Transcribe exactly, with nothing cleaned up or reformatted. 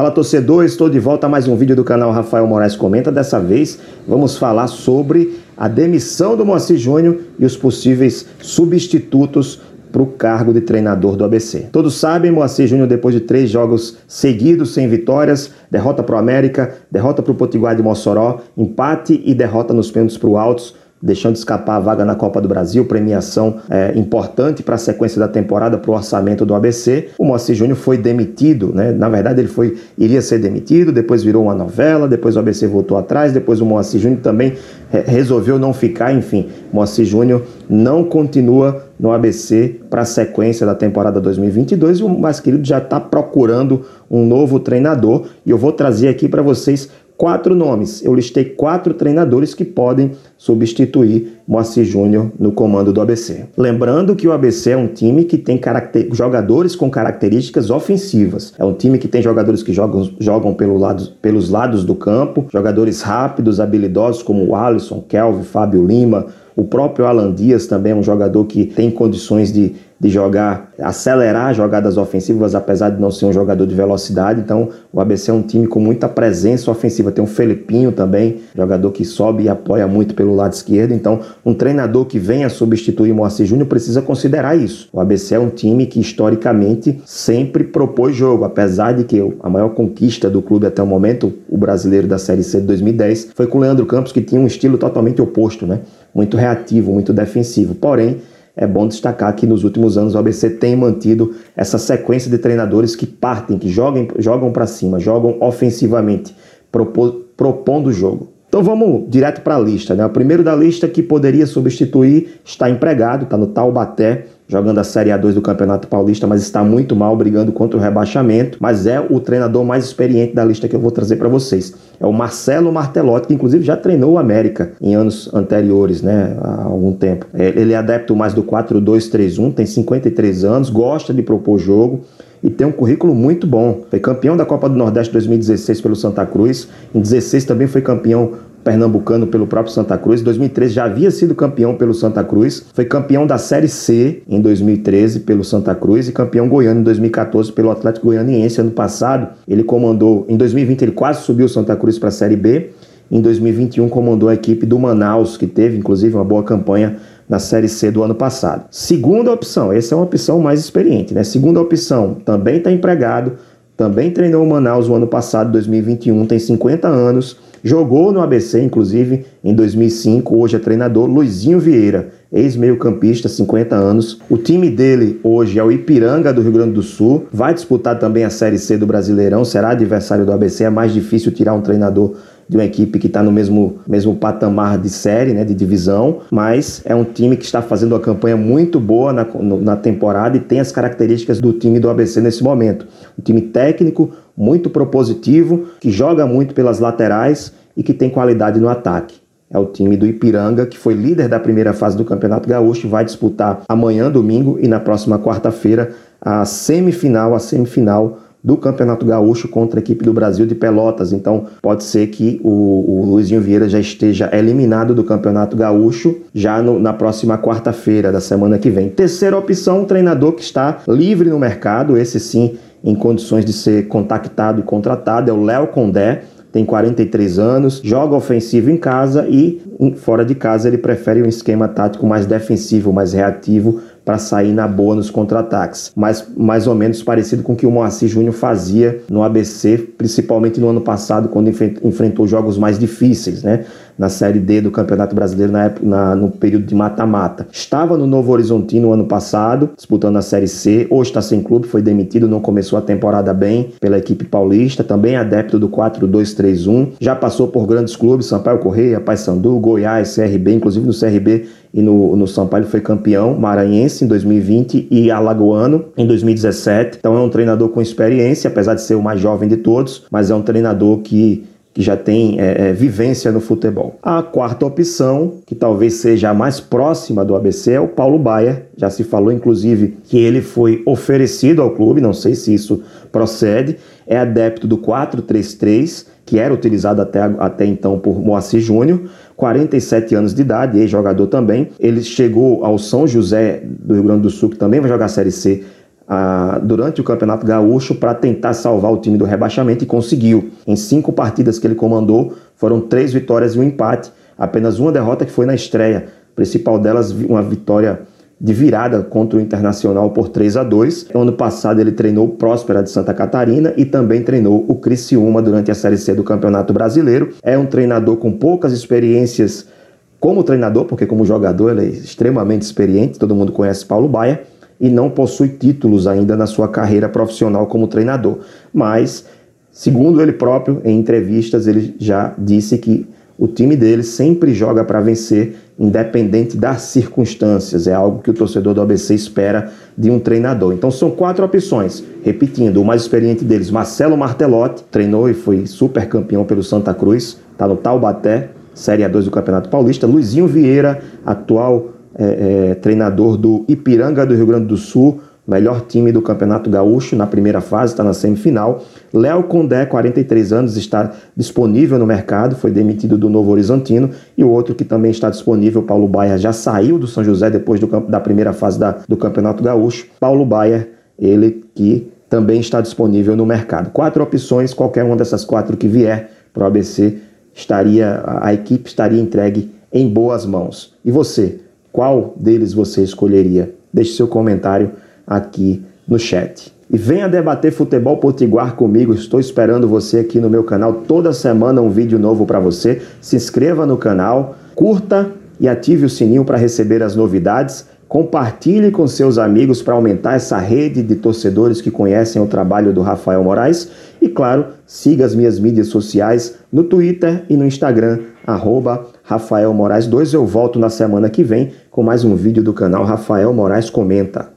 Fala, torcedor, estou de volta a mais um vídeo do canal Rafael Moraes Comenta. Dessa vez vamos falar sobre a demissão do Moacir Júnior e os possíveis substitutos para o cargo de treinador do A B C. Todos sabem, Moacir Júnior, depois de três jogos seguidos sem vitórias, derrota para o América, derrota para o Potiguar de Mossoró, empate e derrota nos pênaltis para o Altos, deixando escapar a vaga na Copa do Brasil, premiação é, importante para a sequência da temporada, para o orçamento do A B C. O Moacir Júnior foi demitido, né? Na verdade ele foi, iria ser demitido, depois virou uma novela, depois o A B C voltou atrás, depois o Moacir Júnior também é, resolveu não ficar, enfim. Moacir Júnior não continua no A B C para a sequência da temporada dois mil e vinte e dois e o mais querido já está procurando um novo treinador e eu vou trazer aqui para vocês quatro nomes. Eu listei quatro treinadores que podem substituir Moacir Júnior no comando do A B C. Lembrando que o A B C é um time que tem caracter... jogadores com características ofensivas. É um time que tem jogadores que jogam, jogam pelo lado, pelos lados do campo, jogadores rápidos, habilidosos como o Alisson, Kelvin, Fábio Lima. O próprio Alan Dias também é um jogador que tem condições de, de jogar, acelerar jogadas ofensivas, apesar de não ser um jogador de velocidade. Então o A B C é um time com muita presença ofensiva. Tem o Felipinho também, jogador que sobe e apoia muito pelo lado esquerdo. Então um treinador que venha substituir Moacir Júnior precisa considerar isso. O A B C é um time que historicamente sempre propôs jogo, apesar de que a maior conquista do clube até o momento, o brasileiro da Série C de dois mil e dez, foi com o Leandro Campos, que tinha um estilo totalmente oposto, né? Muito reativo, muito defensivo. Porém, é bom destacar que nos últimos anos o A B C tem mantido essa sequência de treinadores que partem, que jogam, jogam para cima, jogam ofensivamente, propô, propondo o jogo. Então vamos direto para a lista, né? O primeiro da lista que poderia substituir está empregado, está no Taubaté, jogando a Série A dois do Campeonato Paulista, mas está muito mal, brigando contra o rebaixamento, mas é o treinador mais experiente da lista que eu vou trazer para vocês. É o Marcelo Martelotti, que inclusive já treinou o América em anos anteriores, né, há algum tempo. Ele é adepto mais do quatro dois três um, tem cinquenta e três anos, gosta de propor jogo e tem um currículo muito bom. Foi campeão da Copa do Nordeste dois mil e dezesseis pelo Santa Cruz, em dezesseis também foi campeão pernambucano pelo próprio Santa Cruz. Em dois mil e treze já havia sido campeão pelo Santa Cruz, foi campeão da Série C em dois mil e treze pelo Santa Cruz e campeão goiano em dois mil e quatorze pelo Atlético Goianiense. Ano passado ele comandou, em dois mil e vinte ele quase subiu o Santa Cruz para a Série B, em dois mil e vinte e um comandou a equipe do Manaus, que teve inclusive uma boa campanha na Série C do ano passado. Segunda opção, essa é uma opção mais experiente, né? Segunda opção, também está empregado, também treinou o Manaus o ano passado, dois mil e vinte e um, tem cinquenta anos, jogou no A B C, inclusive, em dois mil e cinco, hoje é treinador, Luizinho Vieira, ex-meio-campista, cinquenta anos. O time dele hoje é o Ipiranga do Rio Grande do Sul, vai disputar também a Série C do Brasileirão, será adversário do A B C, é mais difícil tirar um treinador de uma equipe que está no mesmo, mesmo patamar de série, né, de divisão, mas é um time que está fazendo uma campanha muito boa na, no, na temporada e tem as características do time do A B C nesse momento. Um time técnico, muito propositivo, que joga muito pelas laterais e que tem qualidade no ataque. É o time do Ipiranga, que foi líder da primeira fase do Campeonato Gaúcho, vai disputar amanhã, domingo, e na próxima quarta-feira a semifinal, a semifinal do Campeonato Gaúcho contra a equipe do Brasil de Pelotas. Então pode ser que o, o Luizinho Vieira já esteja eliminado do Campeonato Gaúcho já no, na próxima quarta-feira da semana que vem. Terceira opção, um treinador que está livre no mercado, esse sim em condições de ser contactado e contratado, é o Léo Condé, tem quarenta e três anos, joga ofensivo em casa e fora de casa ele prefere um esquema tático mais defensivo, mais reativo, para sair na boa nos contra-ataques. Mas mais ou menos parecido com o que o Moacir Júnior fazia no A B C, principalmente no ano passado, quando enfrentou jogos mais difíceis, né? Na Série D do Campeonato Brasileiro, na época, na, no período de mata-mata. Estava no Novo Horizontino no ano passado, disputando a Série C, hoje está sem clube, foi demitido, não começou a temporada bem pela equipe paulista, também adepto do quatro dois três um, já passou por grandes clubes, Sampaio Corrêa, Paysandu, Goiás, C R B, inclusive no C R B e no, no Sampaio ele foi campeão maranhense em dois mil e vinte e alagoano em dois mil e dezessete, então é um treinador com experiência, apesar de ser o mais jovem de todos, mas é um treinador que que já tem é, é, vivência no futebol. A quarta opção, que talvez seja a mais próxima do A B C, é o Paulo Baier. Já se falou, inclusive, que ele foi oferecido ao clube, não sei se isso procede, é adepto do quatro três três, que era utilizado até, até então por Moacir Júnior, quarenta e sete anos de idade, ex-jogador também. Ele chegou ao São José do Rio Grande do Sul, que também vai jogar a Série C, ah, durante o Campeonato Gaúcho para tentar salvar o time do rebaixamento e conseguiu. Em cinco partidas que ele comandou, foram três vitórias e um empate, apenas uma derrota que foi na estreia, principal delas uma vitória de virada contra o Internacional por três a dois. No ano passado ele treinou o Próspera de Santa Catarina e também treinou o Criciúma durante a Série C do Campeonato Brasileiro. É um treinador com poucas experiências como treinador, porque como jogador ele é extremamente experiente, todo mundo conhece Paulo Baier, e não possui títulos ainda na sua carreira profissional como treinador. Mas, segundo ele próprio, em entrevistas, ele já disse que o time dele sempre joga para vencer, independente das circunstâncias. É algo que o torcedor do A B C espera de um treinador. Então são quatro opções. Repetindo, o mais experiente deles, Marcelo Martelotti, treinou e foi super campeão pelo Santa Cruz, está no Taubaté, Série A dois do Campeonato Paulista. Luizinho Vieira, atual é, é, treinador do Ipiranga do Rio Grande do Sul, melhor time do Campeonato Gaúcho na primeira fase, está na semifinal. Léo Condé, quarenta e três anos, está disponível no mercado, foi demitido do Novo Horizontino. E o outro que também está disponível, Paulo Baier, já saiu do São José depois do, da primeira fase da, do Campeonato Gaúcho. Paulo Baier, ele que também está disponível no mercado. Quatro opções, qualquer uma dessas quatro que vier para o A B C, estaria, a, a equipe estaria entregue em boas mãos. E você, qual deles você escolheria? Deixe seu comentário aqui no chat. E venha debater futebol potiguar comigo, estou esperando você aqui no meu canal, toda semana um vídeo novo para você. Se inscreva no canal, curta e ative o sininho para receber as novidades, compartilhe com seus amigos para aumentar essa rede de torcedores que conhecem o trabalho do Rafael Moraes e, claro, siga as minhas mídias sociais no Twitter e no Instagram, arroba Rafael Moraes dois. Eu volto na semana que vem com mais um vídeo do canal Rafael Moraes Comenta.